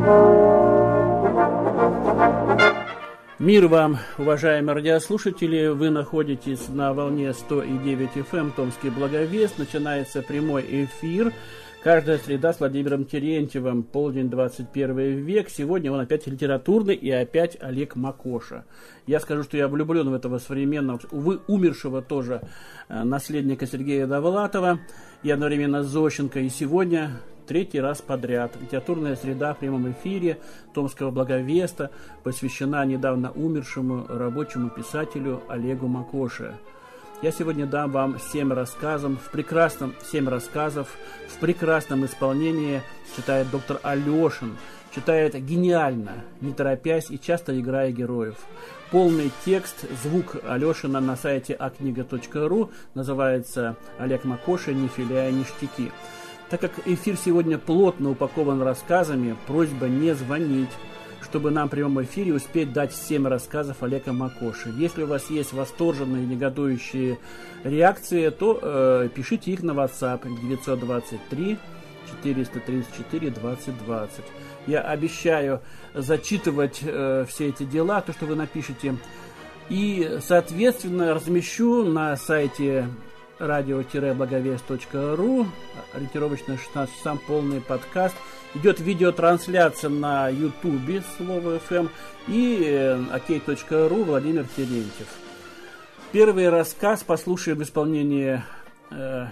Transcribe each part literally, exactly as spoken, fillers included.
Мир вам, уважаемые радиослушатели, вы находитесь на волне сто девять эф эм, Томский Благовест. Начинается прямой эфир. Каждая среда с Владимиром Терентьевым, полдень, двадцать первый век. Сегодня он опять литературный и опять Олег Макоша. Я скажу, что я влюблен в этого современного, увы, умершего тоже наследника Сергея Довлатова и одновременно Зощенко. И сегодня третий раз подряд литературная среда в прямом эфире Томского Благовеста посвящена недавно умершему рабочему писателю Олегу Макоше. Я сегодня дам вам семь рассказов, в прекрасном, семь рассказов, в прекрасном исполнении читает доктор Алешин, читает гениально, не торопясь и часто играя героев. Полный текст, звук Алешина на сайте а книга точка ру, называется «Олег Макоша. Ни филя, ни ништяки». Так как эфир сегодня плотно упакован рассказами, просьба не звонить, чтобы нам в прямом эфире успеть дать семь рассказов Олега Макоши. Если у вас есть восторженные, негодующие реакции, то э, пишите их на WhatsApp девятьсот двадцать три четыреста тридцать четыре двадцать двадцать. Я обещаю зачитывать э, все эти дела, то, что вы напишете, и, соответственно, размещу на сайте радио-благовест точка ру, ориентировочно шестнадцать часам, полный подкаст. Идет видеотрансляция на ютубе, слово эф эм, и окей точка ру, Владимир Терентьев. Первый рассказ послушаем в исполнении э,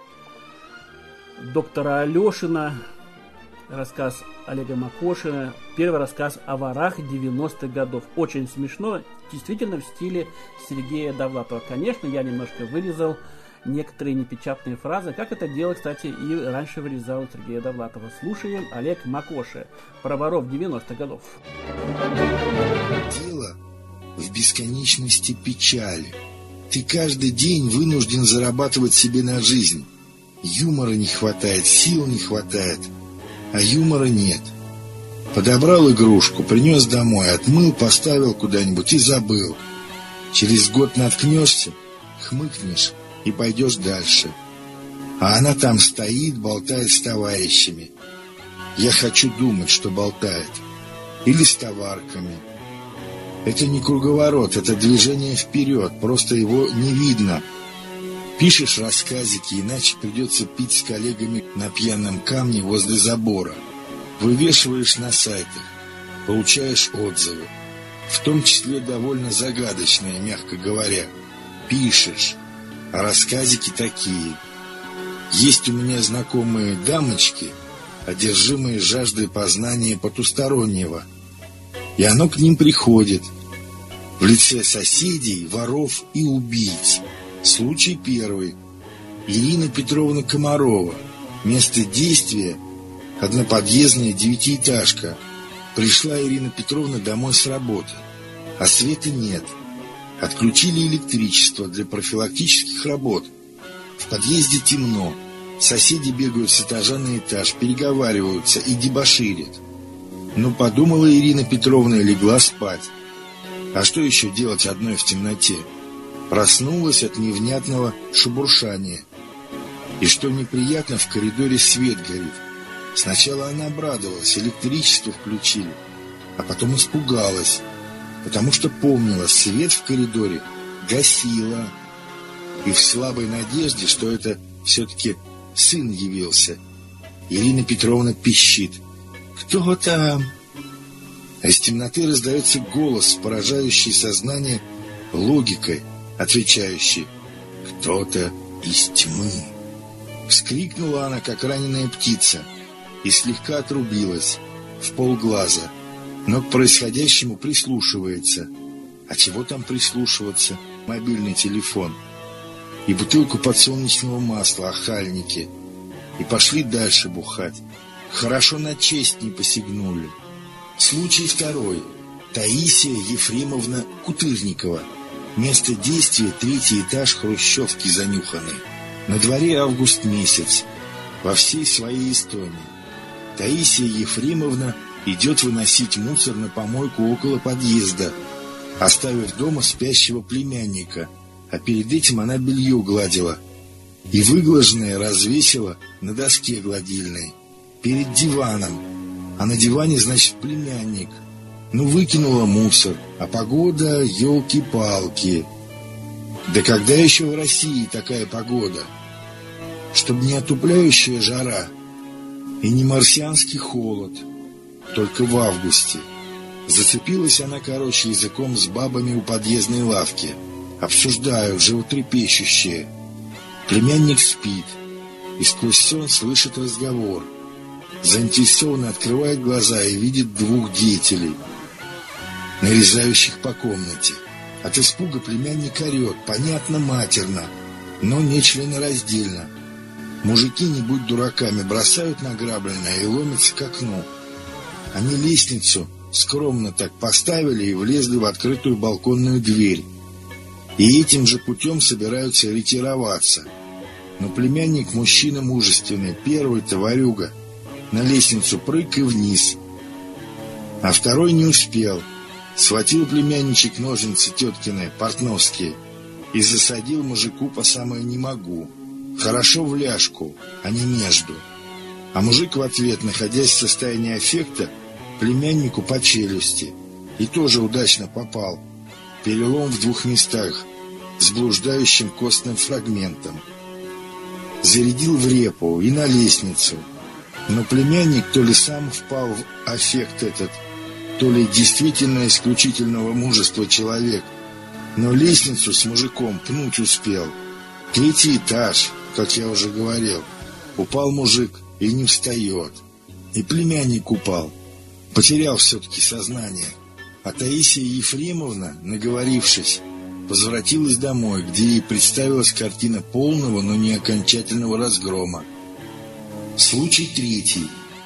доктора Алешина, рассказ Олега Макошина, первый рассказ о ворах девяностых годов. Очень смешно, действительно в стиле Сергея Довлатова. Конечно, я немножко вырезал некоторые непечатные фразы, как это делал, кстати, и раньше вырезал Сергея Довлатова. Слушаем Олег Макоша про воров девяностых годов. Дело в бесконечности печали. Ты каждый день вынужден зарабатывать себе на жизнь. Юмора не хватает, сил не хватает, а юмора нет. Подобрал игрушку, принес домой, отмыл, поставил куда-нибудь и забыл. Через год наткнешься, хмыкнешь и пойдешь дальше. А она там стоит, болтает с товарищами. Я хочу думать, что болтает. Или с товарками. Это не круговорот, это движение вперед, просто его не видно. Пишешь рассказики, иначе придется пить с коллегами на пьяном камне возле забора. Вывешиваешь на сайтах, получаешь отзывы, в том числе довольно загадочные, мягко говоря. Пишешь, а рассказики такие. Есть у меня знакомые дамочки, одержимые жаждой познания потустороннего, и оно к ним приходит в лице соседей, воров и убийц. Случай первый. Ирина Петровна Комарова. Место действия – одноподъездная девятиэтажка. Пришла Ирина Петровна домой с работы, а света нет. Отключили электричество для профилактических работ. В подъезде темно. Соседи бегают с этажа на этаж, переговариваются и дебоширят. Ну, подумала Ирина Петровна и легла спать. А что еще делать одной в темноте? Проснулась от невнятного шебуршания. И что неприятно, в коридоре свет горит. Сначала она обрадовалась, электричество включили, а потом испугалась, потому что помнила, свет в коридоре гасила. И в слабой надежде, что это все-таки сын явился, Ирина Петровна пищит: «Кто там?» А из темноты раздается голос, поражающий сознание логикой, отвечающий: «Кто-то из тьмы». Вскрикнула она, как раненая птица, и слегка отрубилась в полглаза, но к происходящему прислушивается. А чего там прислушиваться? Мобильный телефон и бутылку подсолнечного масла, охальники. И пошли дальше бухать. Хорошо на честь не посягнули. Случай второй. Таисия Ефремовна Кутырникова. Место действия — третий этаж хрущевки занюханной. На дворе август месяц. Во всей своей Эстонии. Таисия Ефремовна идет выносить мусор на помойку около подъезда, оставив дома спящего племянника, а перед этим она белье гладила и выглаженное развесила на доске гладильной перед диваном, А на диване, значит, племянник. Ну, выкинула мусор, а погода, елки-палки. Да когда еще в России такая погода? Чтоб не отупляющая жара и не марсианский холод, только в августе. Зацепилась она, короче, языком с бабами у подъездной лавки. Обсуждают, животрепещущие. Племянник спит и сквозь сон слышит разговор. Заинтересованно открывает глаза и видит двух деятелей, нарезающих по комнате. От испуга племянник орет, понятно, матерно, но не членораздельно. Мужики, не будь дураками, бросают награбленное и ломятся к окну. Они лестницу скромно так поставили и влезли в открытую балконную дверь. И этим же путем собираются ретироваться. Но племянник мужчина мужественный, первый-то ворюга, на лестницу прыг и вниз. А второй не успел. Схватил племянничек ножницы теткины, портновские, и засадил мужику по самое не могу. Хорошо в ляжку, а не между. А мужик в ответ, находясь в состоянии аффекта, племяннику по челюсти. И тоже удачно попал. Перелом в двух местах с блуждающим костным фрагментом. Зарядил в репу и на лестницу. Но племянник то ли сам впал в аффект этот, то ли действительно исключительного мужества человек, но лестницу с мужиком пнуть успел. Третий этаж, как я уже говорил. Упал мужик и не встает. И племянник упал. Потерял все-таки сознание. А Таисия Ефремовна, наговорившись, возвратилась домой, где ей представилась картина полного, но не окончательного разгрома. Случай третий.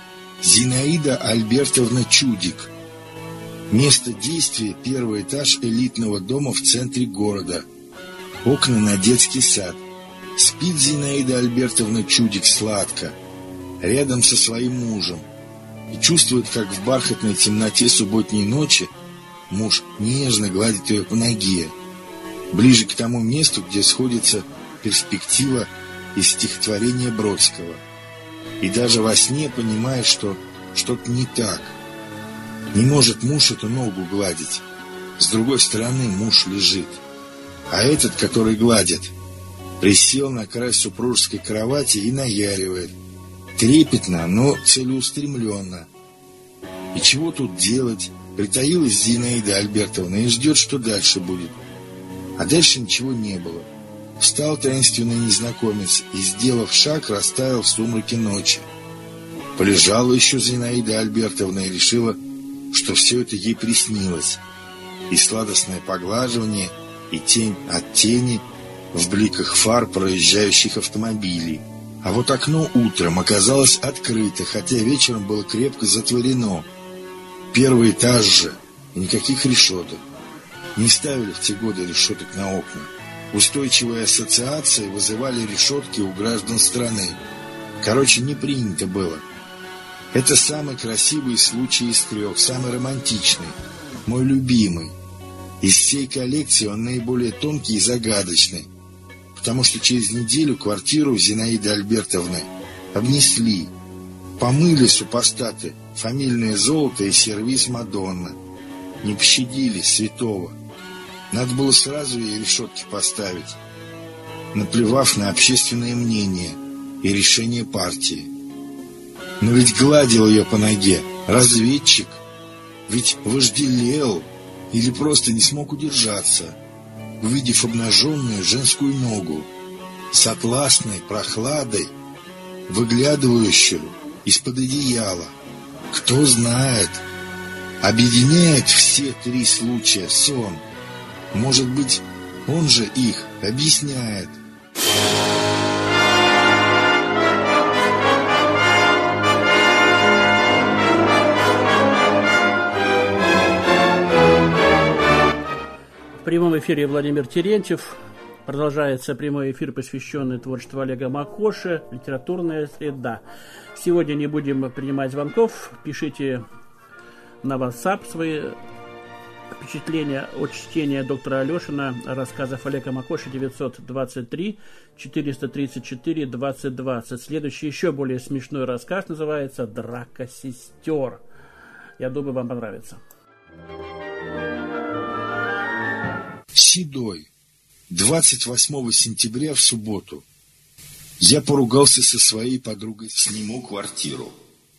Зинаида Альбертовна Чудик. Место действия – первый этаж элитного дома в центре города. Окна на детский сад. Спит Зинаида Альбертовна Чудик сладко, рядом со своим мужем, и чувствует, как в бархатной темноте субботней ночи муж нежно гладит ее по ноге, ближе к тому месту, где сходится перспектива из стихотворения Бродского. И даже во сне понимает, что что-то не так. Не может муж эту ногу гладить. С другой стороны муж лежит. А этот, который гладит, присел на край супружеской кровати и наяривает. Трепетно, но целеустремленно. И чего тут делать? Притаилась Зинаида Альбертовна и ждет, что дальше будет. А дальше ничего не было. Встал таинственный незнакомец и, сделав шаг, растаял в сумраке ночи. Полежала еще Зинаида Альбертовна и решила, что все это ей приснилось. И сладостное поглаживание, и тень от тени в бликах фар проезжающих автомобилей. А вот окно утром оказалось открыто, хотя вечером было крепко затворено. Первый этаж же, и никаких решеток. Не ставили в те годы решеток на окна. Устойчивые ассоциации вызывали решетки у граждан страны. Короче, не принято было. Это самый красивый случай из трех, самый романтичный, мой любимый. Из всей коллекции он наиболее тонкий и загадочный, потому что через неделю квартиру Зинаиды Альбертовны обнесли, помыли супостаты, фамильное золото и сервиз Мадонна. Не пощадили святого. Надо было сразу ей решетки поставить, наплевав на общественное мнение и решение партии. Но ведь гладил ее по ноге разведчик, ведь вожделел или просто не смог удержаться, увидев обнаженную женскую ногу с атласной прохладой, выглядывающую из-под одеяла. Кто знает, объединяет все три случая сон. Может быть, он же их объясняет. В прямом эфире Владимир Терентьев. Продолжается прямой эфир, посвященный творчеству Олега Макоши, литературная среда. Сегодня не будем принимать звонков. Пишите на WhatsApp свои Впечатление от чтения доктора Алешина рассказов Олега Макоши девятьсот двадцать три четыреста тридцать четыре двадцать двадцать. Следующий еще более смешной рассказ называется «Драка сестер». Я думаю, вам понравится. Седой. двадцать восьмого сентября в субботу. Я поругался со своей подругой. Сниму квартиру.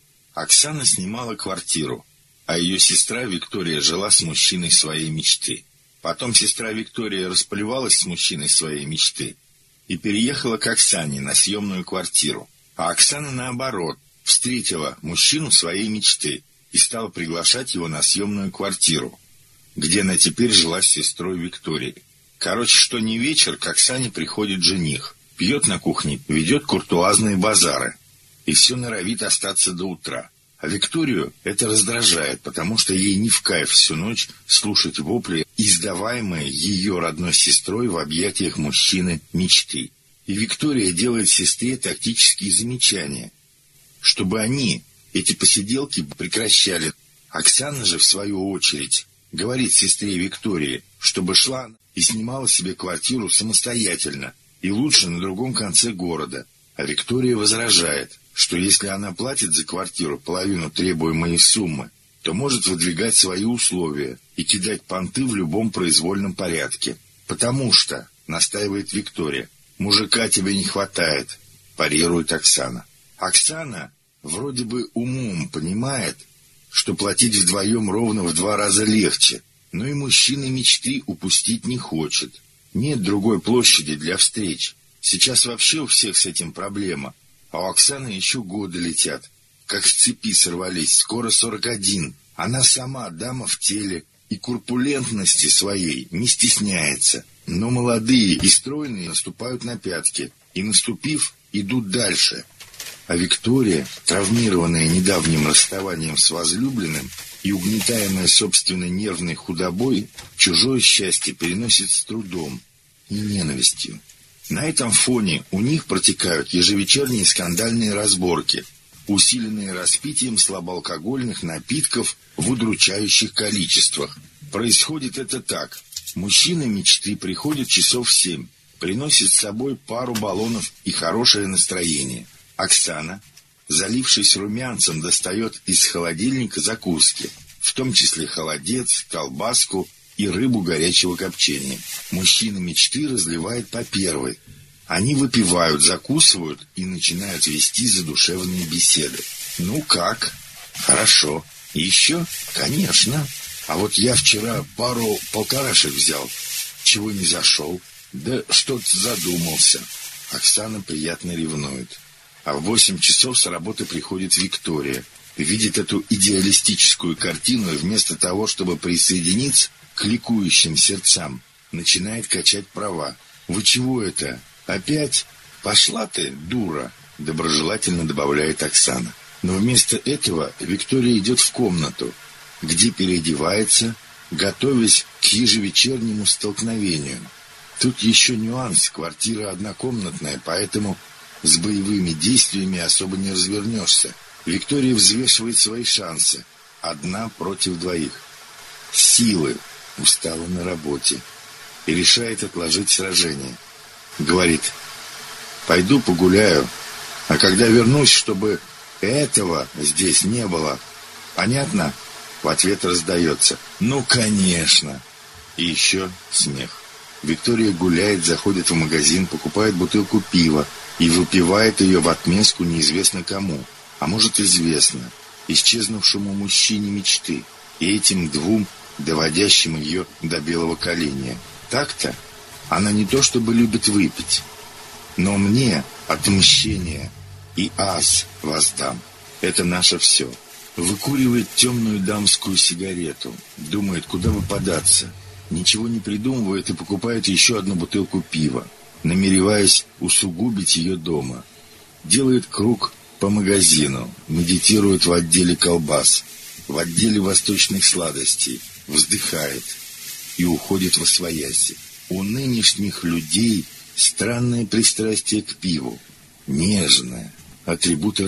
Оксана снимала квартиру, а ее сестра Виктория жила с мужчиной своей мечты. Потом сестра Виктория расплевалась с мужчиной своей мечты и переехала к Оксане на съемную квартиру. А Оксана, наоборот, встретила мужчину своей мечты и стала приглашать его на съемную квартиру, где она теперь жила с сестрой Викторией. Короче, что не вечер, к Оксане приходит жених, пьет на кухне, ведет куртуазные базары и все норовит остаться до утра. А Викторию это раздражает, потому что ей не в кайф всю ночь слушать вопли, издаваемые ее родной сестрой в объятиях мужчины мечты. И Виктория делает сестре тактические замечания, чтобы они, эти посиделки, прекращали. Оксана же, в свою очередь, говорит сестре Виктории, чтобы шла и снимала себе квартиру самостоятельно, и лучше на другом конце города. А Виктория возражает, что если она платит за квартиру половину требуемой суммы, то может выдвигать свои условия и кидать понты в любом произвольном порядке. Потому что, настаивает Виктория, мужика тебе не хватает, парирует Оксана. Оксана вроде бы умом понимает, что платить вдвоем ровно в два раза легче, но и мужчина мечты упустить не хочет. Нет другой площади для встреч. Сейчас вообще у всех с этим проблема. А у Оксаны еще годы летят, как с цепи сорвались, скоро сорок один. Она сама дама в теле и корпулентности своей не стесняется. Но молодые и стройные наступают на пятки, и, наступив, идут дальше. А Виктория, травмированная недавним расставанием с возлюбленным и угнетаемая собственной нервной худобой, чужое счастье переносит с трудом и ненавистью. На этом фоне у них протекают ежевечерние скандальные разборки, усиленные распитием слабоалкогольных напитков в удручающих количествах. Происходит это так. Мужчина мечты приходит часов в семь, приносит с собой пару баллонов и хорошее настроение. Оксана, залившись румянцем, достает из холодильника закуски, в том числе холодец, колбаску и рыбу горячего копчения. Мужчина мечты разливает по первой. Они выпивают, закусывают и начинают вести задушевные беседы. Ну как? Хорошо. И еще? Конечно. А вот я вчера пару полторашек взял. Чего не зашел? Да что-то задумался. Оксана приятно ревнует. А в восемь часов с работы приходит Виктория. Видит эту идеалистическую картину и вместо того, чтобы присоединиться к ликующим сердцам, начинает качать права. «Вы чего это? Опять? Пошла ты, дура!» — доброжелательно добавляет Оксана. Но вместо этого Виктория идет в комнату, где переодевается, готовясь к ежевечернему столкновению. Тут еще нюанс. Квартира однокомнатная, поэтому с боевыми действиями особо не развернешься. Виктория взвешивает свои шансы. Одна против двоих. Силы. Устала на работе и решает отложить сражение. Говорит: пойду погуляю, а когда вернусь, чтобы этого здесь не было. Понятно? В ответ раздается: ну, конечно. И еще смех. Виктория гуляет, заходит в магазин, покупает бутылку пива и выпивает ее в отместку неизвестно кому, а может известно, исчезнувшему мужчине мечты и этим двум, доводящим ее до белого коленя. Так-то она не то чтобы любит выпить, но мне отмщение и ас воздам. Это наше все. Выкуривает темную дамскую сигарету, думает, куда бы податься, ничего не придумывает и покупает еще одну бутылку пива, намереваясь усугубить ее дома. Делает круг по магазину, медитирует в отделе колбас, в отделе восточных сладостей, вздыхает и уходит восвояси. У нынешних людей странное пристрастие к пиву, нежное, атрибут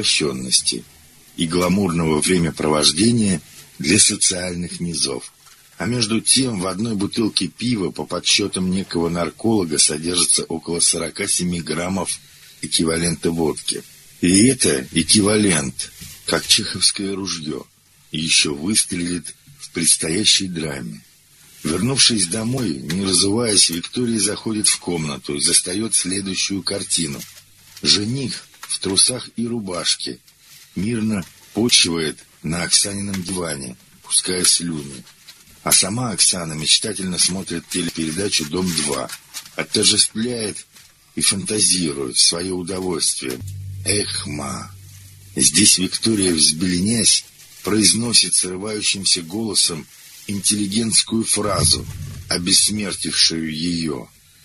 раскрепощенности и гламурного времяпровождения для социальных низов. А между тем в одной бутылке пива по подсчетам некого нарколога содержится около сорок семь граммов эквивалента водки. И это эквивалент, как чеховское ружье, и еще выстрелит в предстоящей драме. Вернувшись домой, не разуваясь, Виктория заходит в комнату и застает следующую картину. Жених в трусах и рубашке мирно почивает на Оксанином диване, пуская слюни. А сама Оксана мечтательно смотрит телепередачу «Дом-два», отождествляет и фантазирует в свое удовольствие. Эх, ма! Здесь Виктория, взбеленясь, произносит срывающимся голосом интеллигентскую фразу, обессмертившую ее.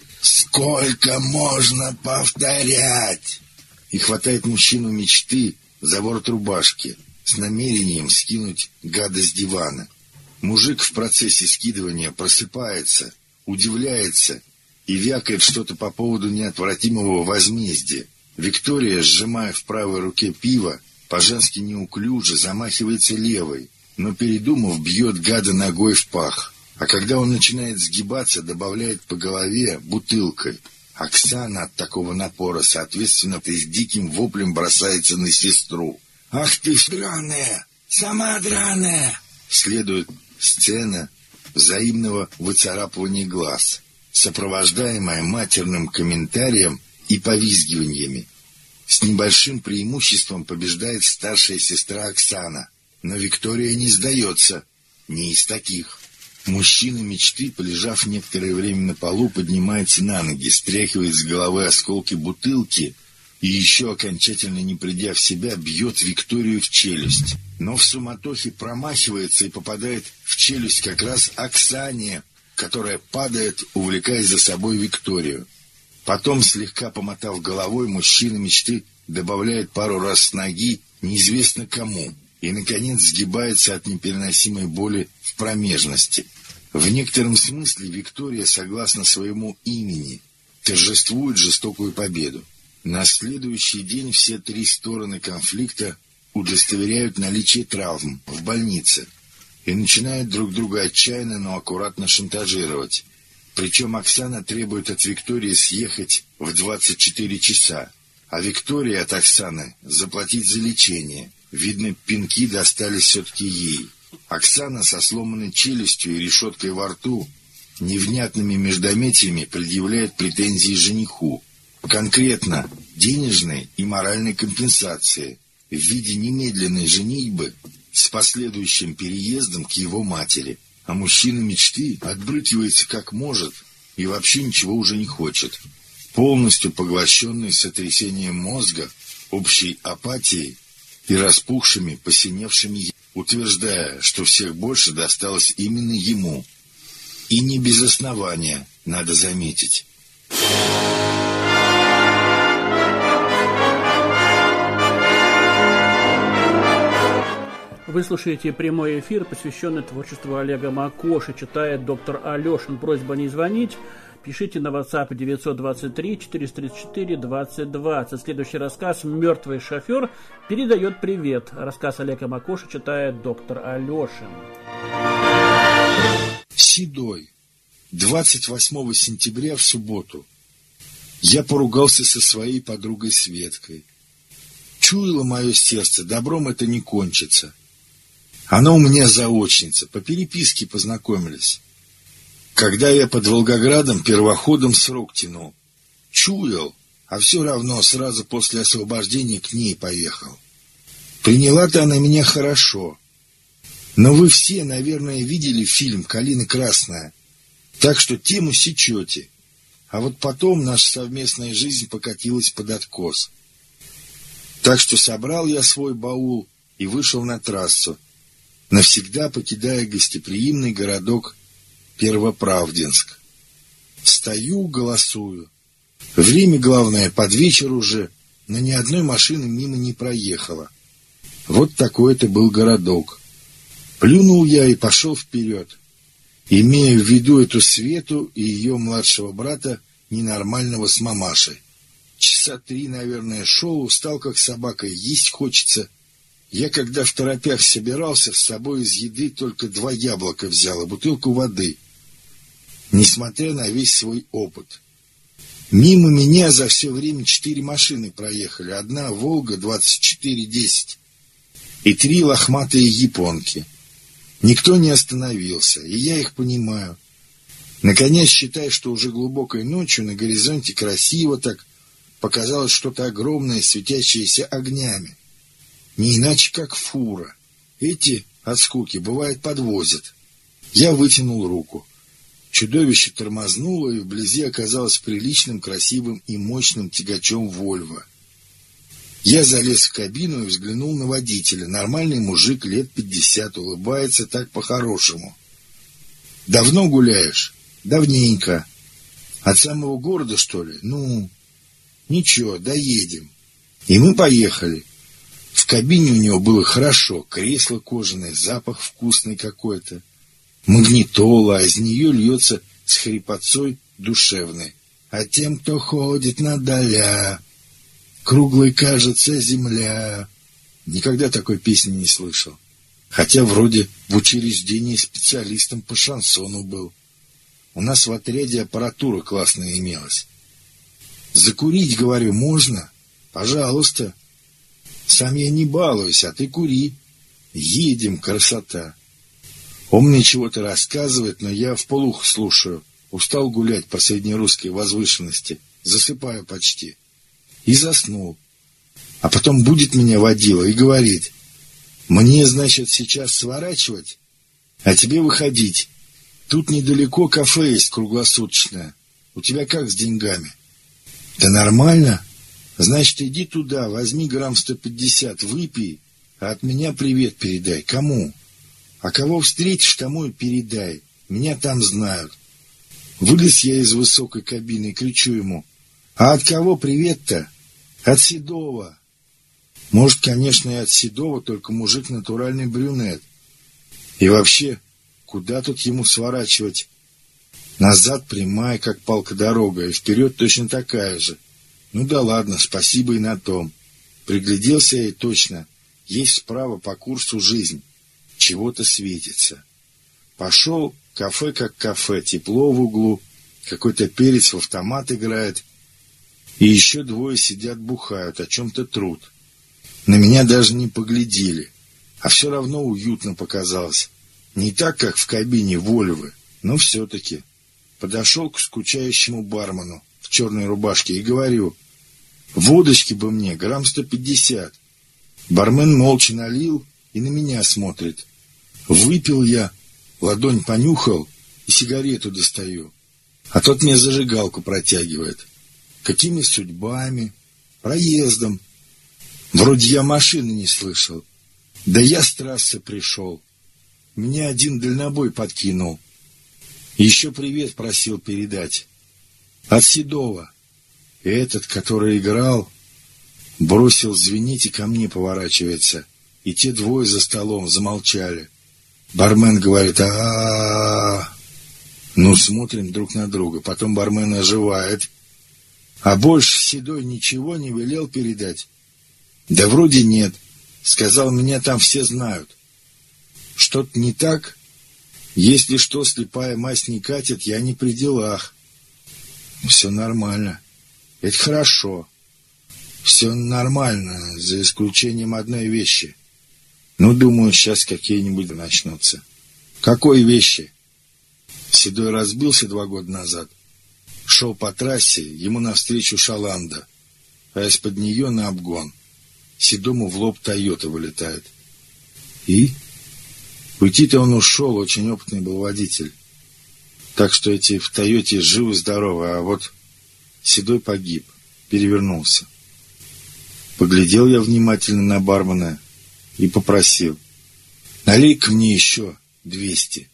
«Сколько можно повторять?» И хватает мужчину мечты за ворот рубашки с намерением скинуть гада с дивана. Мужик в процессе скидывания просыпается, удивляется и вякает что-то по поводу неотвратимого возмездия. Виктория, сжимая в правой руке пиво, по-женски неуклюже замахивается левой, но, передумав, бьет гада ногой в пах. А когда он начинает сгибаться, добавляет по голове бутылкой. Оксана от такого напора, соответственно, с диким воплем бросается на сестру. «Ах ты драная! Сама драная!» Следует сцена взаимного выцарапывания глаз, сопровождаемая матерным комментарием и повизгиваниями. С небольшим преимуществом побеждает старшая сестра Оксана, но Виктория не сдается, не из таких. Мужчина мечты, полежав некоторое время на полу, поднимается на ноги, стряхивает с головы осколки бутылки и еще, окончательно не придя в себя, бьет Викторию в челюсть. Но в суматохе промахивается и попадает в челюсть как раз Оксане, которая падает, увлекая за собой Викторию. Потом, слегка помотав головой, мужчина мечты добавляет пару раз с ноги неизвестно кому и, наконец, сгибается от непереносимой боли в промежности. В некотором смысле Виктория, согласно своему имени, торжествует жестокую победу. На следующий день все три стороны конфликта удостоверяют наличие травм в больнице и начинают друг друга отчаянно, но аккуратно шантажировать. Причем Оксана требует от Виктории съехать в двадцать четыре часа, а Виктория от Оксаны заплатить за лечение. Видно, пинки достались все-таки ей. Оксана со сломанной челюстью и решеткой во рту невнятными междометиями предъявляет претензии жениху. Конкретно денежной и моральной компенсации в виде немедленной женитьбы с последующим переездом к его матери. А мужчина мечты отбрыкивается как может и вообще ничего уже не хочет. Полностью поглощенный сотрясением мозга, общей апатией и распухшими, посиневшими, утверждая, что всех больше досталось именно ему. И не без основания, надо заметить. Вы слушаете прямой эфир, посвященный творчеству Олега Макоши. Читает доктор Алешин. Просьба не звонить. Пишите на WhatsApp девятьсот двадцать три четыреста тридцать четыре двадцать двадцать. Следующий рассказ «Мертвый шофер» передает привет. Рассказ Олега Макоши читает доктор Алешин. Седой. двадцать восьмого сентября в субботу. Я поругался со своей подругой Светкой. Чуяло мое сердце, добром это не кончится. Она у меня заочница, по переписке познакомились. Когда я под Волгоградом первоходом срок тянул. Чуял, а все равно сразу после освобождения к ней поехал. Приняла-то она меня хорошо. Но вы все, наверное, видели фильм «Калина красная», так что тему сечете. А вот потом наша совместная жизнь покатилась под откос. Так что собрал я свой баул и вышел на трассу, навсегда покидая гостеприимный городок Первоправдинск. Стою, голосую. Время, главное, под вечер уже, но ни одной машины мимо не проехало. Вот такой это был городок. Плюнул я и пошел вперед, имея в виду эту Свету и ее младшего брата, ненормального с мамашей. Часа три, наверное, шел, устал как собака, есть хочется. Я, когда в торопях собирался, с собой из еды только два яблока взял и бутылку воды, несмотря на весь свой опыт. Мимо меня за все время четыре машины проехали. Одна «Волга» двадцать четыре десять и три лохматые японки. Никто не остановился, и я их понимаю. Наконец, считай, что уже глубокой ночью на горизонте красиво так показалось что-то огромное, светящееся огнями. Не иначе, как фура. Эти от скуки, бывает, подвозят. Я вытянул руку. Чудовище тормознуло, и вблизи оказалось приличным, красивым и мощным тягачом «Вольво». Я залез в кабину и взглянул на водителя. Нормальный мужик, лет пятьдесят, улыбается так по-хорошему. «Давно гуляешь?» «Давненько». «От самого города, что ли?» «Ну, ничего, доедем». И мы поехали. В кабине у него было хорошо. Кресло кожаное, запах вкусный какой-то. Магнитола, а из нее льется с хрипотцой душевной. А тем, кто ходит надаля, круглой кажется земля. Никогда такой песни не слышал. Хотя вроде в учреждении специалистом по шансону был. У нас в отряде аппаратура классная имелась. Закурить, говорю, можно? Пожалуйста. Сам я не балуюсь, а ты кури. Едем, красота. Он мне чего-то рассказывает, но я вполух слушаю. Устал гулять по среднерусской возвышенности. Засыпаю почти. И заснул. А потом будет меня водила и говорит: мне, значит, сейчас сворачивать, а тебе выходить. Тут недалеко кафе есть круглосуточное. У тебя как с деньгами? Да нормально. Значит, иди туда, возьми грамм сто пятьдесят, выпей, а от меня привет передай. Кому? А кого встретишь, тому и передай. Меня там знают. Вылез я из высокой кабины и кричу ему: а от кого привет-то? От Седова. Может, конечно, и от Седова, только мужик натуральный брюнет. И вообще, куда тут ему сворачивать? Назад прямая, как палка дорога, и вперед точно такая же. Ну да ладно, спасибо и на том. Пригляделся я и точно. Есть справа по курсу жизнь. Чего-то светится. Пошел, кафе как кафе, тепло в углу, какой-то перец в автомат играет. И еще двое сидят бухают, о чем-то трут. На меня даже не поглядели. А все равно уютно показалось. Не так, как в кабине «Вольвы», но все-таки. Подошел к скучающему бармену в черной рубашке и говорю: водочки бы мне, грамм сто пятьдесят. Бармен молча налил и на меня смотрит. Выпил я, ладонь понюхал и сигарету достаю. А тот мне зажигалку протягивает. Какими судьбами? Проездом. Вроде я машины не слышал. Да я с трассы пришел. Меня один дальнобой подкинул. Еще привет просил передать. От Седова. И этот, который играл, бросил звенить и ко мне поворачивается. И те двое за столом замолчали. Бармен говорит: а-а-а. Ну, смотрим друг на друга. Потом бармен оживает. А больше Седой ничего не велел передать? Да вроде нет. Сказал, меня там все знают. Что-то не так? Если что, слепая мазь не катит, я не при делах. Все нормально. Это хорошо. Все нормально, за исключением одной вещи. Ну, думаю, сейчас какие-нибудь начнутся. Какой вещи? Седой разбился два года назад. Шел по трассе, ему навстречу шаланда, а из-под нее на обгон. Седому в лоб Тойота вылетает. И? Уйти-то он ушел, очень опытный был водитель. Так что эти в Тойоте живы-здоровы, а вот Седой погиб, перевернулся. Поглядел я внимательно на бармена и попросил: налей-ка мне еще двести.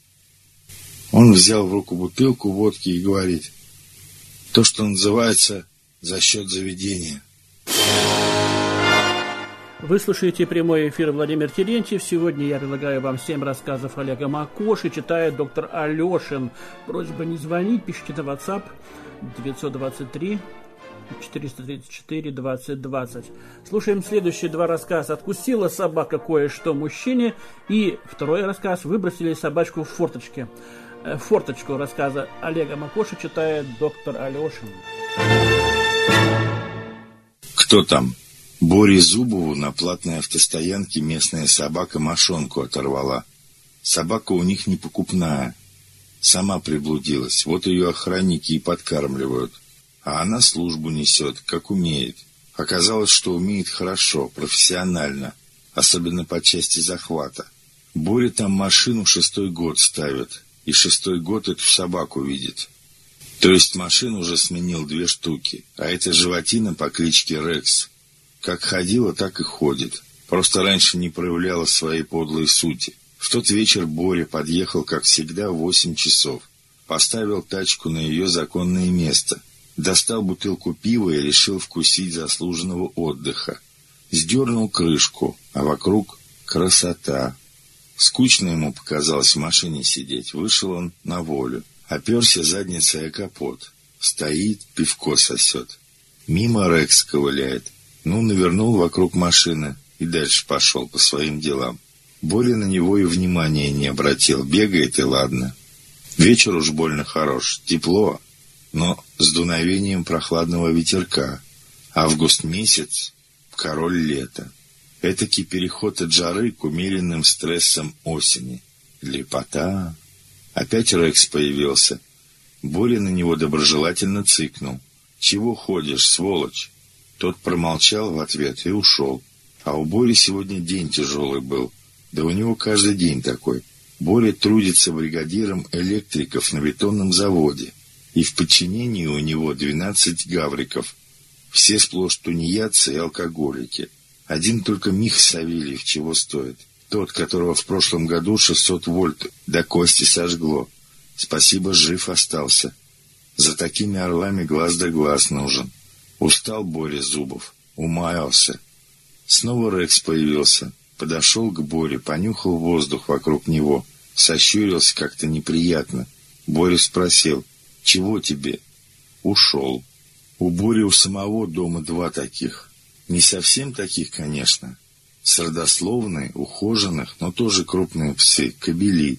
Он взял в руку бутылку водки и говорит: то, что называется, за счет заведения. Вы слушаете прямой эфир Владимир Терентьев. Сегодня я предлагаю вам семь рассказов Олега Макоши. Читает доктор Алешин. Просьба не звонить, пишите на WhatsApp девятьсот двадцать три четыреста тридцать четыре двадцать двадцать. Слушаем следующие два рассказа. «Откусила собака кое-что мужчине». И второй рассказ «Выбросили собачку в форточке». Форточку рассказа Олега Макоша читает доктор Алешин. Кто там? Боре Зубову на платной автостоянке местная собака мошонку оторвала. Собака у них не покупная. Сама приблудилась. Вот ее охранники и подкармливают. А она службу несет, как умеет. Оказалось, что умеет хорошо, профессионально. Особенно по части захвата. Боря там машину шестой год ставит. И шестой год эту собаку видит. То есть машину уже сменил две штуки. А эта животина по кличке Рекс. Как ходила, так и ходит. Просто раньше не проявляла своей подлой сути. В тот вечер Боря подъехал, как всегда, в восемь часов. Поставил тачку на ее законное место. Достал бутылку пива и решил вкусить заслуженного отдыха. Сдернул крышку, а вокруг красота. Скучно ему показалось в машине сидеть. Вышел он на волю. Оперся задницей о капот. Стоит, пивко сосет. Мимо Рекс ковыляет. Ну, навернул вокруг машины и дальше пошел по своим делам. Боря на него и внимания не обратил. Бегает и ладно. Вечер уж больно хорош. Тепло, но с дуновением прохладного ветерка. Август месяц, король лета. Этакий переход от жары к умеренным стрессам осени. Лепота. Опять Рекс появился. Боря на него доброжелательно цыкнул. «Чего ходишь, сволочь?» Тот промолчал в ответ и ушел. А у Бори сегодня день тяжелый был. Да у него каждый день такой. Боря трудится бригадиром электриков на бетонном заводе. И в подчинении у него двенадцать гавриков. Все сплошь тунеядцы и алкоголики. Один только Миха Савельев чего стоит. Тот, которого в прошлом году шестьсот вольт до кости сожгло. Спасибо, жив остался. За такими орлами глаз да глаз нужен. Устал Боря Зубов. Умаялся. Снова Рекс появился. Подошел к Боре, понюхал воздух вокруг него. Сощурился как-то неприятно. Боря спросил: «Чего тебе?» Ушел. У Бори у самого дома два таких. Не совсем таких, конечно. С родословной, ухоженных, но тоже крупные псы, кобели.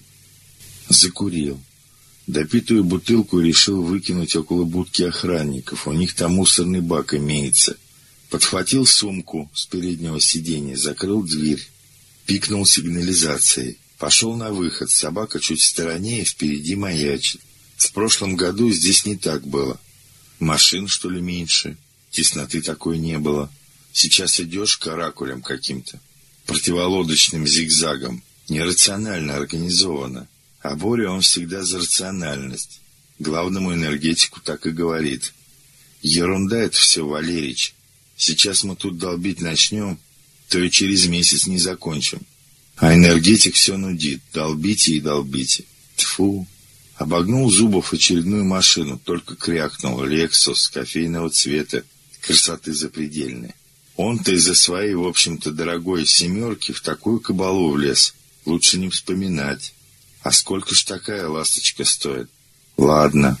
Закурил. Допитую бутылку решил выкинуть около будки охранников. У них там мусорный бак имеется. Подхватил сумку с переднего сиденья, закрыл дверь. Пикнул сигнализацией. Пошел на выход. Собака чуть в стороне и впереди маячит. В прошлом году здесь не так было. Машин, что ли, меньше. Тесноты такой не было. Сейчас идешь каракулем каким-то, противолодочным зигзагом. Нерационально организовано. А Боря, он всегда за рациональность. Главному энергетику так и говорит. Ерунда это все, Валерич. Сейчас мы тут долбить начнем, то и через месяц не закончим. А энергетик все нудит. Долбите и долбите. Тьфу. Обогнул Зубов очередную машину, только крякнул. «Лексус» кофейного цвета, красоты запредельной. Он-то из-за своей, в общем-то, дорогой «семерки» в такую кабалу влез. Лучше не вспоминать. А сколько ж такая ласточка стоит? Ладно.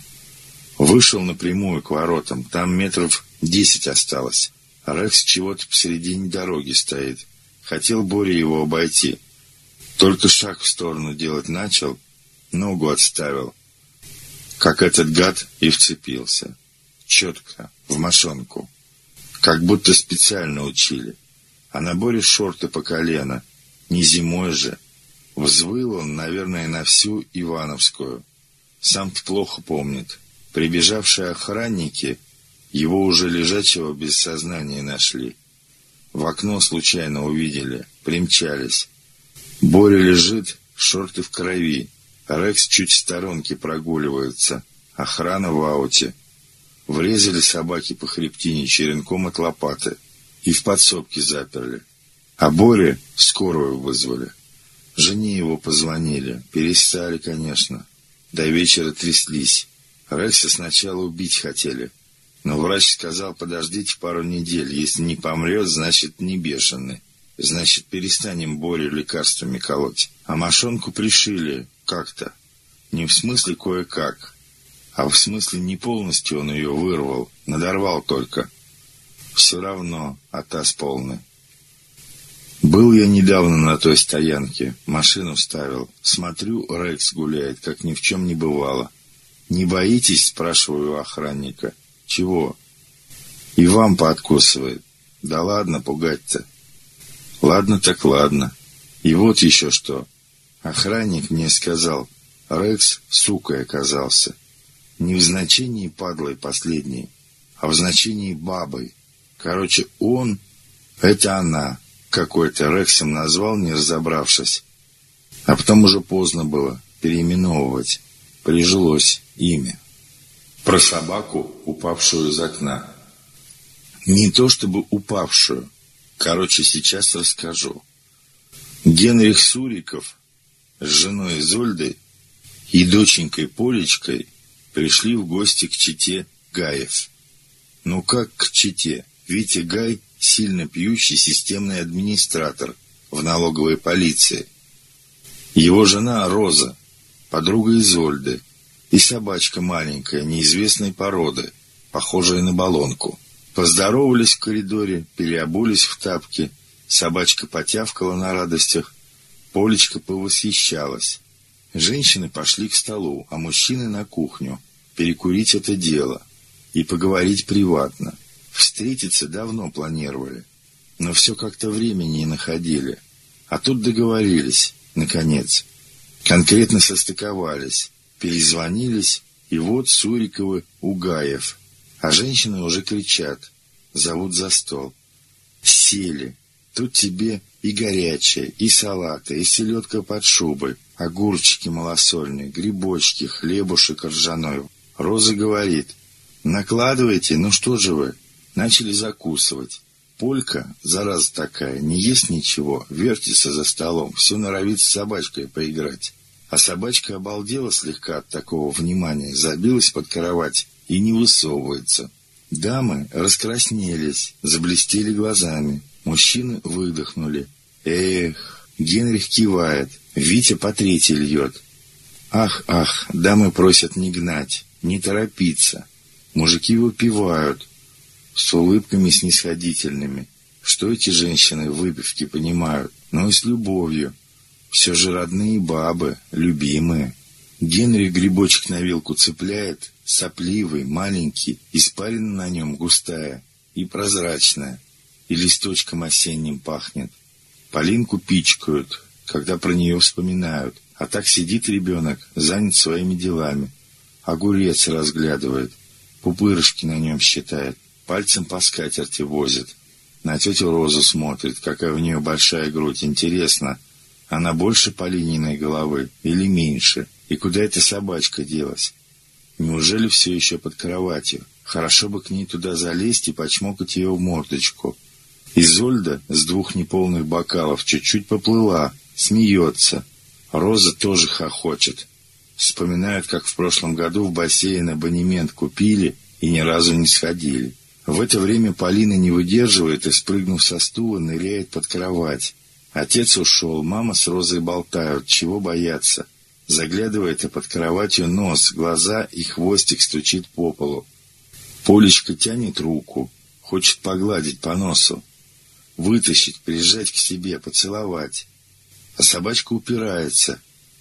Вышел напрямую к воротам. Там метров десять осталось. А Рекс чего-то посередине дороги стоит. Хотел Боря его обойти. Только шаг в сторону делать начал, ногу отставил. Как этот гад и вцепился. Четко, в мошонку. Как будто специально учили. А на Боре шорты по колено. Не зимой же. Взвыл он, наверное, на всю Ивановскую. Сам-то плохо помнит. Прибежавшие охранники его уже лежачего без сознания нашли. В окно случайно увидели. Примчались. Боря лежит, шорты в крови. Рекс чуть в сторонке прогуливается. Охрана в ауте. Врезали собаки по хребтине черенком от лопаты и в подсобке заперли. А Боре скорую вызвали. Жене его позвонили. Перестали, конечно. До вечера тряслись. Рекса сначала убить хотели. Но врач сказал: подождите пару недель. Если не помрет, значит не бешеный. Значит, перестанем Борю лекарствами колоть. А мошонку пришили как-то. Не в смысле кое-как, А в смысле не полностью он ее вырвал, надорвал только. Все равно атас полный. Был я недавно на той стоянке, машину ставил. Смотрю, Рекс гуляет, как ни в чем не бывало. «Не боитесь?» — спрашиваю у охранника. «Чего?» «И вам пооткусывает». «Да ладно, пугать-то». «Ладно так ладно. И вот еще что. Охранник мне сказал, Рекс сукой оказался. Не в значении падлой последней, а в значении бабой. Короче, он — это она». Какой-то Рексом назвал, не разобравшись. А потом уже поздно было переименовывать. Прижилось имя. Про собаку, упавшую из окна. Не то чтобы упавшую. Короче, сейчас расскажу. Генрих Суриков с женой Изольдой и доченькой Полечкой пришли в гости к чете Гаев. Ну как к чете? Витя Гай — сильно пьющий системный администратор в налоговой полиции. Его жена Роза, подруга Изольды, и собачка маленькая, неизвестной породы, похожая на баллонку. Поздоровались в коридоре, переобулись в тапки, собачка потявкала на радостях, Полечка повосхищалась. Женщины пошли к столу, а мужчины на кухню, перекурить это дело и поговорить приватно. Встретиться давно планировали, но все как-то времени не находили. А тут договорились, наконец. Конкретно состыковались, перезвонились, и вот Суриковы у Гаев. А женщины уже кричат, зовут за стол. Сели. Тут тебе и горячее, и салаты, и селедка под шубой, огурчики малосольные, грибочки, хлебушек ржаной. Роза говорит, накладывайте, ну что же вы? Начали закусывать. Полька, зараза такая, не ест ничего, вертится за столом, все норовит с собачкой поиграть. А собачка обалдела слегка от такого внимания, забилась под кровать и не высовывается. Дамы раскраснелись, заблестели глазами. Мужчины выдохнули. Эх, Генрих кивает, Витя по третьей льет. Ах, ах, дамы просят не гнать, не торопиться. Мужики выпивают с улыбками снисходительными. Что эти женщины в выпивке понимают? Но и с любовью. Все же родные бабы, любимые. Генрих грибочек на вилку цепляет, сопливый, маленький, испарина на нем густая и прозрачная, и листочком осенним пахнет. Полинку пичкают, когда про нее вспоминают, а так сидит ребенок, занят своими делами. Огурец разглядывает, пупырышки на нем считает, пальцем по скатерти возит. На тетю Розу смотрит, какая у нее большая грудь. Интересно, она больше Полининой головы или меньше? И куда эта собачка делась? Неужели все еще под кроватью? Хорошо бы к ней туда залезть и почмокать ее в мордочку. Изольда с двух неполных бокалов чуть-чуть поплыла, смеется. Роза тоже хохочет. Вспоминают, как в прошлом году в бассейн абонемент купили и ни разу не сходили. В это время Полина не выдерживает и, спрыгнув со стула, ныряет под кровать. Отец ушел, мама с Розой болтают, чего бояться. Заглядывает, и под кроватью нос, глаза и хвостик стучит по полу. Полечка тянет руку, хочет погладить по носу, вытащить, прижать к себе, поцеловать. А собачка упирается.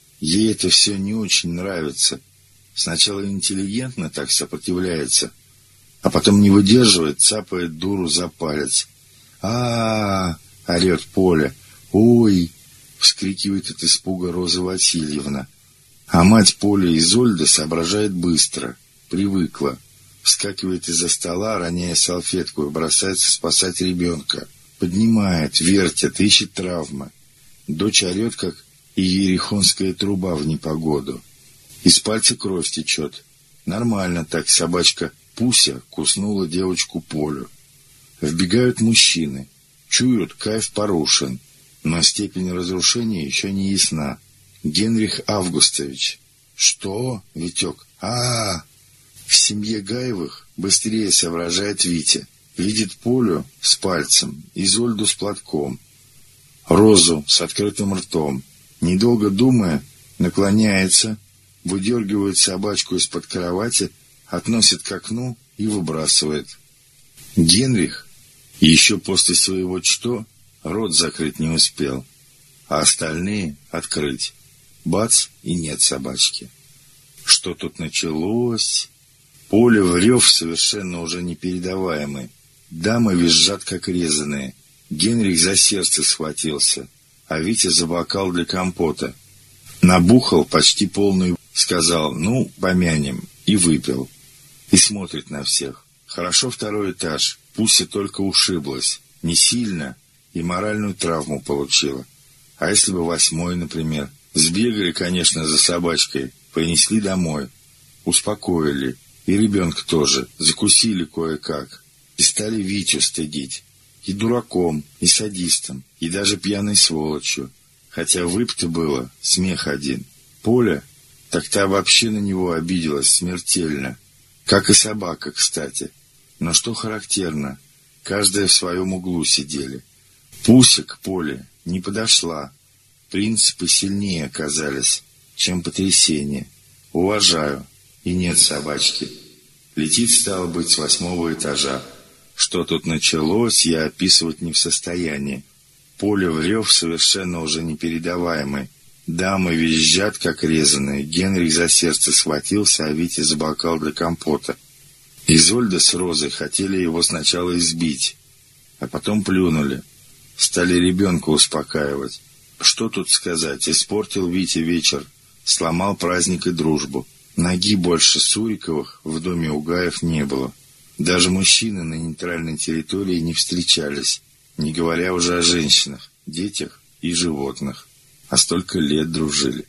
Ей это все не очень нравится. Сначала интеллигентно так сопротивляется, а потом не выдерживает, цапает дуру за палец. а, -а, -а орет Поля. «Ой!» — вскрикивает от испуга Роза Васильевна. А мать Поля Изольда соображает быстро, привыкла. Вскакивает из-за стола, роняя салфетку, и бросается спасать ребенка. Поднимает, вертит, ищет травмы. Дочь орет, как иерихонская труба в непогоду. Из пальца кровь течет. Нормально так собачка Пуся куснула девочку Полю. Вбегают мужчины. Чуют, кайф порушен, но степень разрушения еще не ясна. Генрих Августович. Что, Витек? а, -а, -а. В семье Гаевых быстрее соображает Витя. Видит Полю с пальцем, Изольду с платком, Розу с открытым ртом. Недолго думая, наклоняется, выдергивает собачку из-под кровати, относит к окну и выбрасывает. Генрих еще после своего что рот закрыть не успел, а остальные открыть. Бац, и нет собачки. Что тут началось? Поле в рев совершенно уже непередаваемый. Дамы визжат, как резаные. Генрих за сердце схватился, а Витя за бокал для компота. Набухал почти полную, сказал: ну, помянем, и выпил. И смотрит на всех. Хорошо второй этаж, Пуся только ушиблась, не сильно, и моральную травму получила. А если бы восьмой, например? Сбегали, конечно, за собачкой, принесли домой, успокоили, и ребенка тоже, закусили кое-как, и стали Витю стыдить. И дураком, и садистом, и даже пьяной сволочью. Хотя выпито было, смех один. Поля, так та вообще на него обиделась смертельно. Как и собака, кстати. Но что характерно, каждая в своем углу сидели. Пуся к Поле не подошла. Принципы сильнее оказались, чем потрясение. Уважаю. И нет собачки. Летит, стало быть, с восьмого этажа. Что тут началось, я описывать не в состоянии. Поле в рев совершенно уже непередаваемый. Дамы визжат, как резаные. Генрих за сердце схватился, а Витя за бокал для компота. Изольда с Розой хотели его сначала избить, а потом плюнули. Стали ребенка успокаивать. Что тут сказать, испортил Витя вечер, сломал праздник и дружбу. Ноги больше Суриковых в доме Угаев не было. Даже мужчины на нейтральной территории не встречались, не говоря уже о женщинах, детях и животных. А столько лет дружили.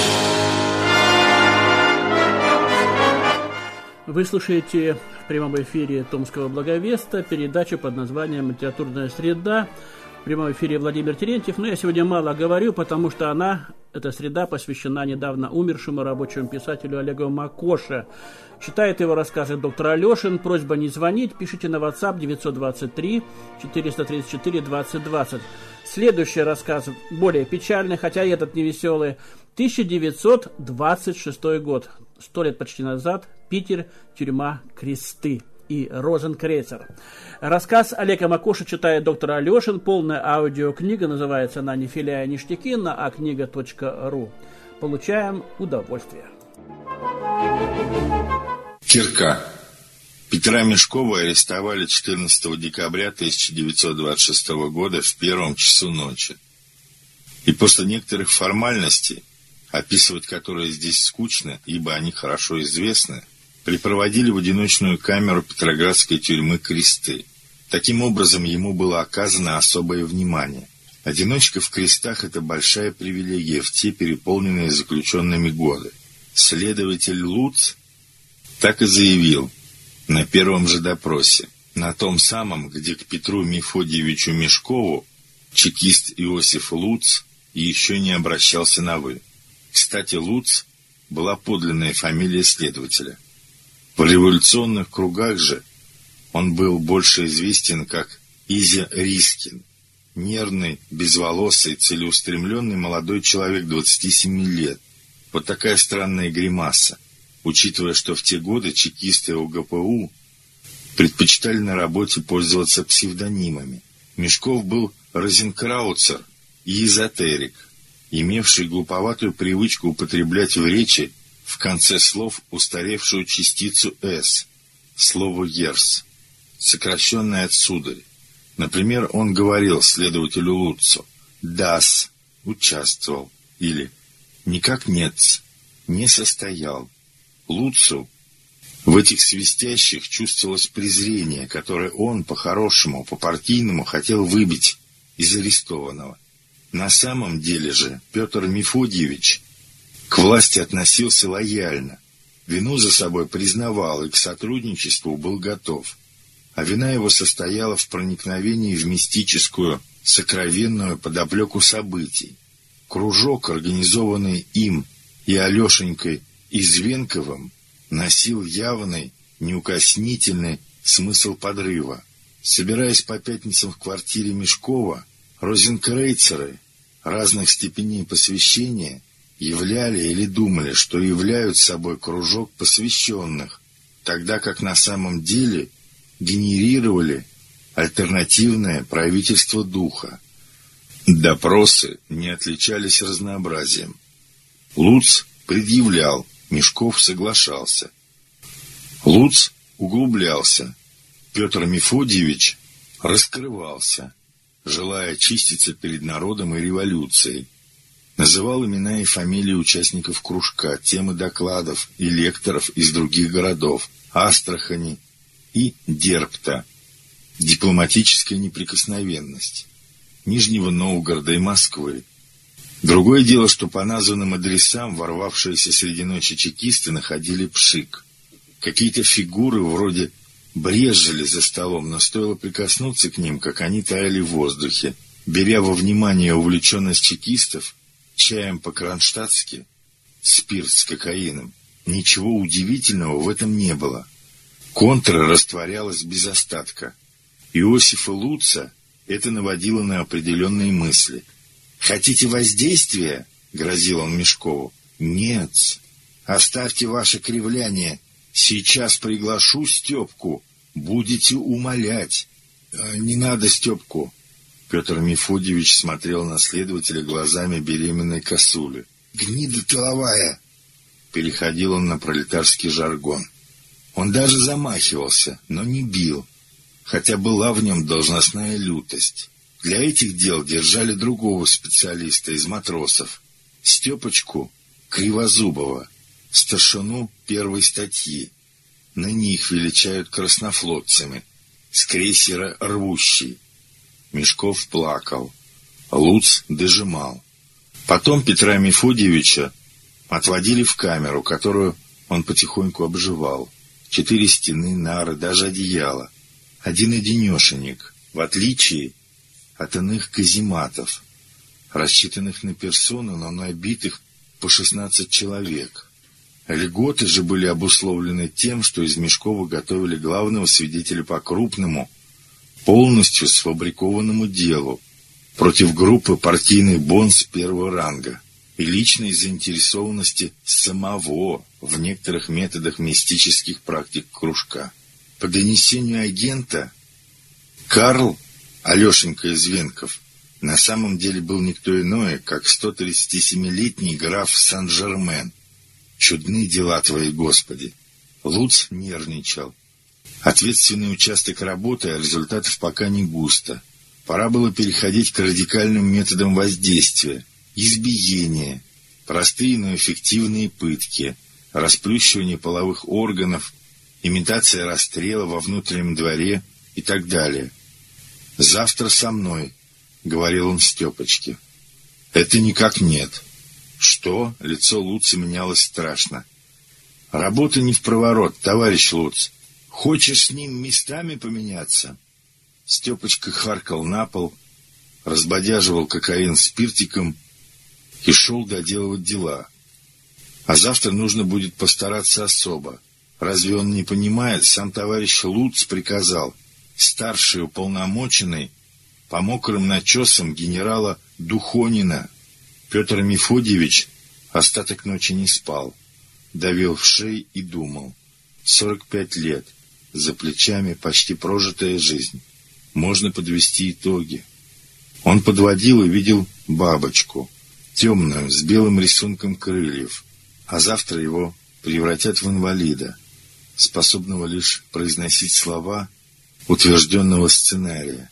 Вы слушаете в прямом эфире Томского Благовеста передачу под названием «Литературная среда». В прямом эфире Владимир Терентьев, но я сегодня мало говорю, потому что она, эта среда, посвящена недавно умершему рабочему писателю Олегу Макоше. Читает его рассказы доктор Алешин. Просьба не звонить, пишите на WhatsApp девятьсот двадцать три четыреста тридцать четыре двадцать двадцать. Следующий рассказ более печальный, хотя и этот не веселый. тысяча девятьсот двадцать шестой год, сто лет почти назад, Питер, тюрьма Кресты и Розенкрейцер. Рассказ Олега Макоши читает доктор Алешин. Полная аудиокнига, называется она «Не филя, а ништяки» на акнига точка ру. Получаем удовольствие. Кирка. Петра Мешкова арестовали четырнадцатого декабря тысяча девятьсот двадцать шестого года в первом часу ночи. И после некоторых формальностей, описывать которые здесь скучно, ибо они хорошо известны, припроводили в одиночную камеру петроградской тюрьмы Кресты. Таким образом, ему было оказано особое внимание. Одиночка в крестах – это большая привилегия в те переполненные заключенными годы. Следователь Луц так и заявил на первом же допросе, на том самом, где к Петру Мефодиевичу Мешкову чекист Иосиф Луц еще не обращался на «вы». Кстати, Луц была подлинная фамилия следователя. В революционных кругах же он был больше известен как Изя Рискин, нервный, безволосый, целеустремленный молодой человек двадцати семи лет. Вот такая странная гримаса, учитывая, что в те годы чекисты ОГПУ предпочитали на работе пользоваться псевдонимами. Мешков был розенкрауцер и эзотерик, имевший глуповатую привычку употреблять в речи в конце слов устаревшую частицу «с», слово «ерс», сокращенное от «сударь». Например, он говорил следователю Луцу «дас», «участвовал», или «никак нет», «не состоял». Луцу в этих свистящих чувствовалось презрение, которое он по-хорошему, по-партийному хотел выбить из арестованного. На самом деле же Петр Мефодиевич к власти относился лояльно, вину за собой признавал и к сотрудничеству был готов. А вина его состояла в проникновении в мистическую, сокровенную подоплеку событий. Кружок, организованный им и Алешенькой Извенковым, носил явный, неукоснительный смысл подрыва. Собираясь по пятницам в квартире Мешкова, розенкрейцеры разных степеней посвящения являли или думали, что являют собой кружок посвященных, тогда как на самом деле генерировали альтернативное правительство духа. Допросы не отличались разнообразием. Луц предъявлял, Мешков соглашался. Луц углублялся, Петр Мефодьевич раскрывался, желая очиститься перед народом и революцией. Называл имена и фамилии участников кружка, темы докладов и лекторов из других городов, Астрахани и Дербта, дипломатическая неприкосновенность, Нижнего Новгорода и Москвы. Другое дело, что по названным адресам ворвавшиеся среди ночи чекисты находили пшик. Какие-то фигуры вроде брезжили за столом, но стоило прикоснуться к ним, как они таяли в воздухе. Беря во внимание увлеченность чекистов чаем по-кронштадтски, спирт с кокаином, ничего удивительного в этом не было. Контра растворялась без остатка. Иосифа Луца это наводило на определенные мысли. «Хотите воздействия?» — грозил он Мешкову. «Нет, оставьте ваше кривляние. Сейчас приглашу Степку. Будете умолять». «Не надо Степку». Петр Мефодьевич смотрел на следователя глазами беременной косули. «Гнида тыловая!» Переходил он на пролетарский жаргон. Он даже замахивался, но не бил, хотя была в нем должностная лютость. Для этих дел держали другого специалиста из матросов, Степочку Кривозубова, старшину первой статьи. Ныне их величают краснофлотцами, с крейсера «Рвущий». Мешков плакал, Луц дожимал. Потом Петра Мефодьевича отводили в камеру, которую он потихоньку обживал. Четыре стены, нары, даже одеяло. Один-одинешенек, в отличие от иных казематов, рассчитанных на персону, но набитых по шестнадцать человек. Льготы же были обусловлены тем, что из Мешкова готовили главного свидетеля по крупному, полностью сфабрикованному делу против группы партийных бонз первого ранга и личной заинтересованности самого в некоторых методах мистических практик кружка. По донесению агента, Карл Алешенька Извенков на самом деле был никто иной, как сто тридцатисемилетний граф Сан-Жермен. Чудны дела твои, Господи! Луц нервничал. Ответственный участок работы, а результатов пока не густо. Пора было переходить к радикальным методам воздействия. Избиение, простые, но эффективные пытки, расплющивание половых органов, имитация расстрела во внутреннем дворе и так далее. «Завтра со мной», — говорил он Степочке. «Это никак нет». «Что?» — лицо Луца менялось страшно. «Работа не впроворот, товарищ Луц. Хочешь с ним местами поменяться?» Степочка харкал на пол, разбодяживал кокаин спиртиком и шел доделывать дела. А завтра нужно будет постараться особо. Разве он не понимает? Сам товарищ Луц приказал. Старший уполномоченный по мокрым начесам генерала Духонина. Петр Мефодьевич остаток ночи не спал, давил в шеи и думал. Сорок пять лет, за плечами почти прожитая жизнь. Можно подвести итоги. Он подводил и видел бабочку, темную, с белым рисунком крыльев, а завтра его превратят в инвалида, способного лишь произносить слова утвержденного сценария.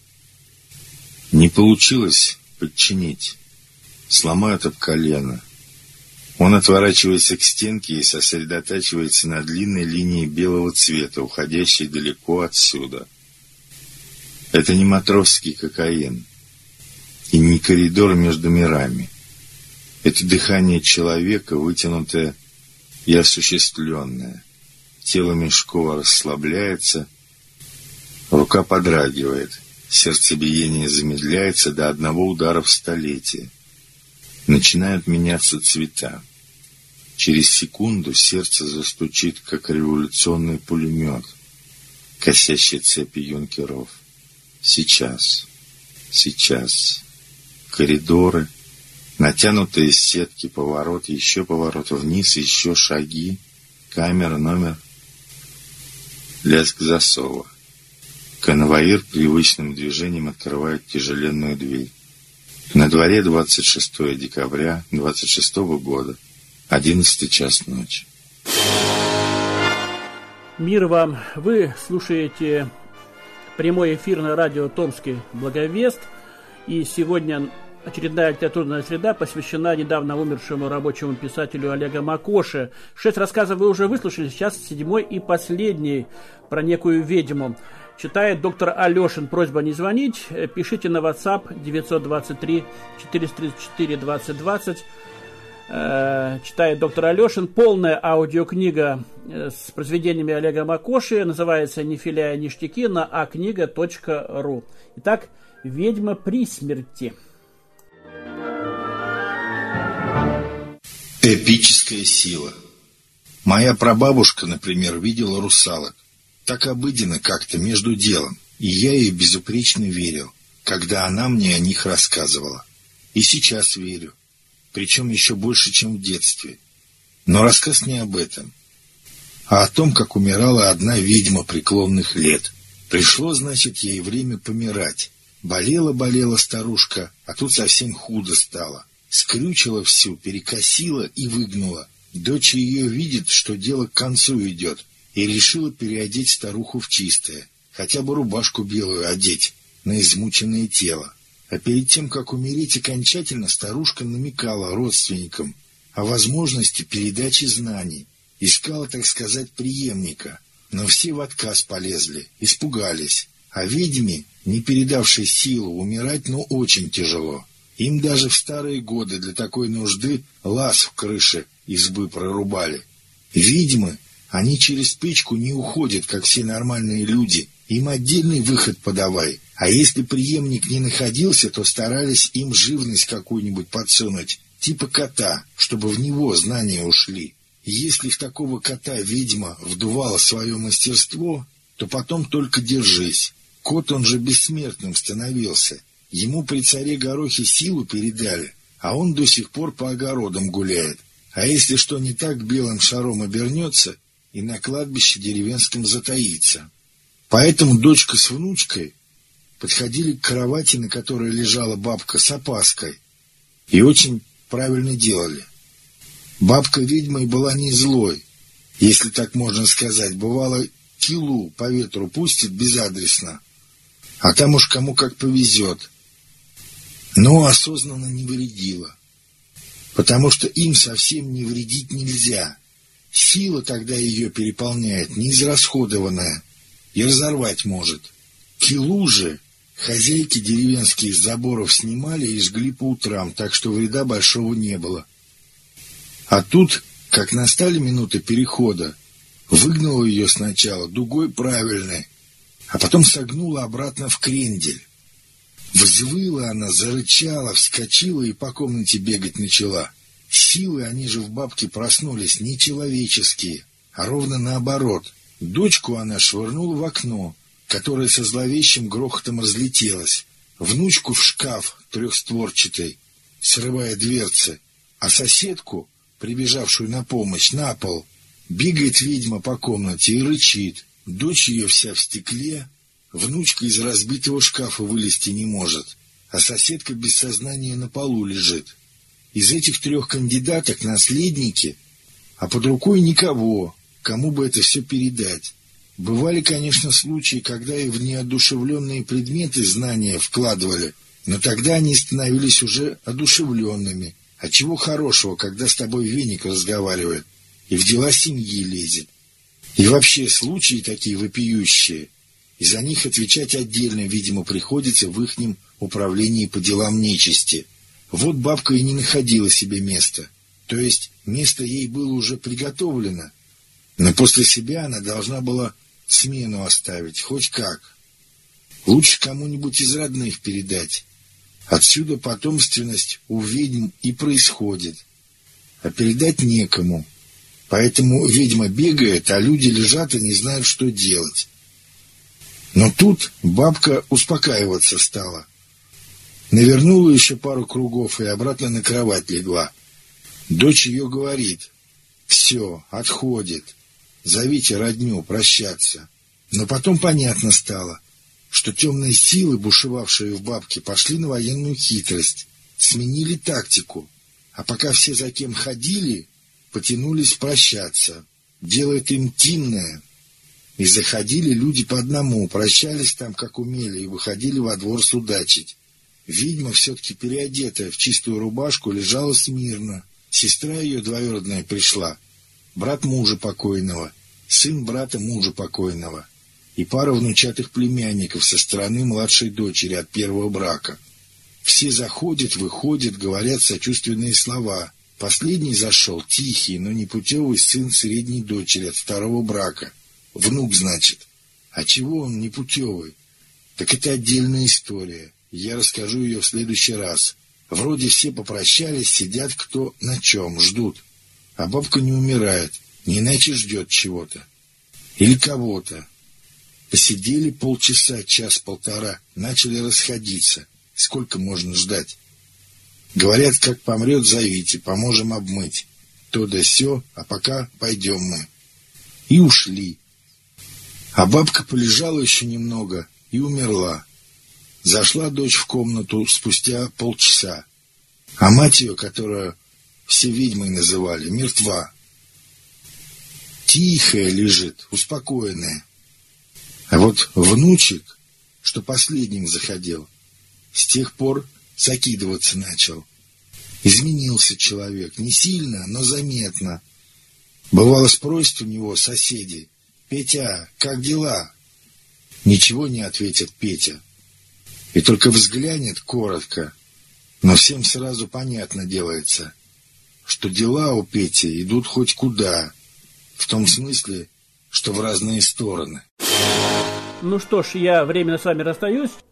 Не получилось подчинить. Сломают об колено. Он отворачивается к стенке и сосредотачивается на длинной линии белого цвета, уходящей далеко отсюда. Это не матросский кокаин и не коридор между мирами. Это дыхание человека, вытянутое и осуществленное. Тело Мешкова расслабляется, рука подрагивает, сердцебиение замедляется до одного удара в столетие. Начинают меняться цвета. Через секунду сердце застучит, как революционный пулемет, косящий цепи юнкеров. Сейчас, сейчас. Коридоры, Натянутые сетки, поворот, еще поворот, вниз, еще шаги, камера, номер, лязг засова. Конвоир привычным движением открывает тяжеленную дверь. На дворе двадцать шестое декабря двадцать шестого года, одиннадцатый час ночи. Мир вам! Вы слушаете прямой эфир на радио «Томский Благовест». И сегодня очередная литературная среда посвящена недавно умершему рабочему писателю Олегу Макоше. Шесть рассказов вы уже выслушали, сейчас седьмой и последний про некую ведьму. Читает доктор Алешин. Просьба не звонить. Пишите на WhatsApp девятьсот двадцать три четыреста тридцать четыре двадцать двадцать. Читает доктор Алешин. Полная аудиокнига с произведениями Олега Макоши. Называется «Не филяя ништяки» на а книга точка ру. Итак, «Ведьма при смерти». Эпическая сила. Моя прабабушка, например, видела русалок. Так обыденно как-то между делом, и я ей безупречно верил, когда она мне о них рассказывала. И сейчас верю, причем еще больше, чем в детстве. Но рассказ не об этом, а о том, как умирала одна ведьма преклонных лет. Пришло, значит, ей время помирать. Болела-болела старушка, а тут совсем худо стало. Скрючила всю, перекосила и выгнула. Дочь ее видит, что дело к концу идет, и решила переодеть старуху в чистое, хотя бы рубашку белую одеть на измученное тело. А перед тем, как умереть окончательно, старушка намекала родственникам о возможности передачи знаний, искала, так сказать, преемника, но все в отказ полезли, испугались. А ведьме, не передавшей силу, умирать, ну, очень тяжело. Им даже в старые годы для такой нужды лаз в крыше избы прорубали. Ведьмы, они через печку не уходят, как все нормальные люди. Им отдельный выход подавай. А если преемник не находился, то старались им живность какую-нибудь подсунуть, типа кота, чтобы в него знания ушли. И если в такого кота ведьма вдувала свое мастерство, то потом только держись. Кот, он же бессмертным становился. Ему при царе Горохе силу передали, а он до сих пор по огородам гуляет. А если что не так, белым шаром обернется и на кладбище деревенском затаится. Поэтому дочка с внучкой подходили к кровати, на которой лежала бабка, с опаской. И очень правильно делали. Бабка ведьмой была не злой, если так можно сказать. Бывало, килу по ветру пустит безадресно, а там уж кому как повезет. Но осознанно не вредила, потому что им совсем не вредить нельзя. Сила тогда ее переполняет, неизрасходованная, и разорвать может. Килу же хозяйки деревенские с заборов снимали и жгли по утрам, так что вреда большого не было. А тут, как настали минуты перехода, выгнала ее сначала дугой правильной, а потом согнула обратно в крендель. Взвыла она, зарычала, вскочила и по комнате бегать начала. Силы, они же в бабке проснулись, не человеческие, а ровно наоборот. Дочку она швырнула в окно, которое со зловещим грохотом разлетелось. Внучку в шкаф трехстворчатый, срывая дверцы, а соседку, прибежавшую на помощь, на пол. Бегает ведьма по комнате и рычит. Дочь ее вся в стекле, внучка из разбитого шкафа вылезти не может, а соседка без сознания на полу лежит. Из этих трех кандидаток наследники, а под рукой никого, кому бы это все передать. Бывали, конечно, случаи, когда и в неодушевленные предметы знания вкладывали, но тогда они становились уже одушевленными. А чего хорошего, когда с тобой веник разговаривает и в дела семьи лезет. И вообще случаи такие вопиющие, и за них отвечать отдельно, видимо, приходится в ихнем управлении по делам нечисти. Вот бабка и не находила себе места, то есть место ей было уже приготовлено, но после себя она должна была смену оставить, хоть как. Лучше кому-нибудь из родных передать. Отсюда потомственность у ведьм и происходит, а передать некому. Поэтому ведьма бегает, а люди лежат и не знают, что делать. Но тут бабка успокаиваться стала. Навернула еще пару кругов и обратно на кровать легла. Дочь ее говорит: «Все, отходит. Зовите родню прощаться». Но потом понятно стало, что темные силы, бушевавшие в бабке, пошли на военную хитрость, сменили тактику, а пока все за кем ходили, потянулись прощаться. Дело это интимное. И заходили люди по одному, прощались там, как умели, и выходили во двор судачить. Ведьма, все-таки переодетая в чистую рубашку, лежала смирно. Сестра ее двоюродная пришла, брат мужа покойного, сын брата мужа покойного и пара внучатых племянников со стороны младшей дочери от первого брака. Все заходят, выходят, говорят сочувственные слова. Последний зашел, тихий, но непутевый сын средней дочери от второго брака. Внук, значит. А чего он непутевый? Так это отдельная история. Я расскажу ее в следующий раз. Вроде все попрощались, сидят кто на чем, ждут. А бабка не умирает, не иначе ждет чего-то. Или кого-то. Посидели полчаса, час-полтора, начали расходиться. Сколько можно ждать? Говорят, как помрет, зовите, поможем обмыть. То да сё, а пока пойдем мы. И ушли. А бабка полежала еще немного и умерла. Зашла дочь в комнату спустя полчаса. А мать ее, которую все ведьмой называли, мертва. Тихая лежит, успокоенная. А вот внучек, что последним заходил, с тех пор закидываться начал. Изменился человек, не сильно, но заметно. Бывало, спросят у него соседи: «Петя, как дела?» Ничего не ответит Петя. И только взглянет коротко, но всем сразу понятно делается, что дела у Пети идут хоть куда, в том смысле, что в разные стороны. Ну что ж, я временно с вами расстаюсь.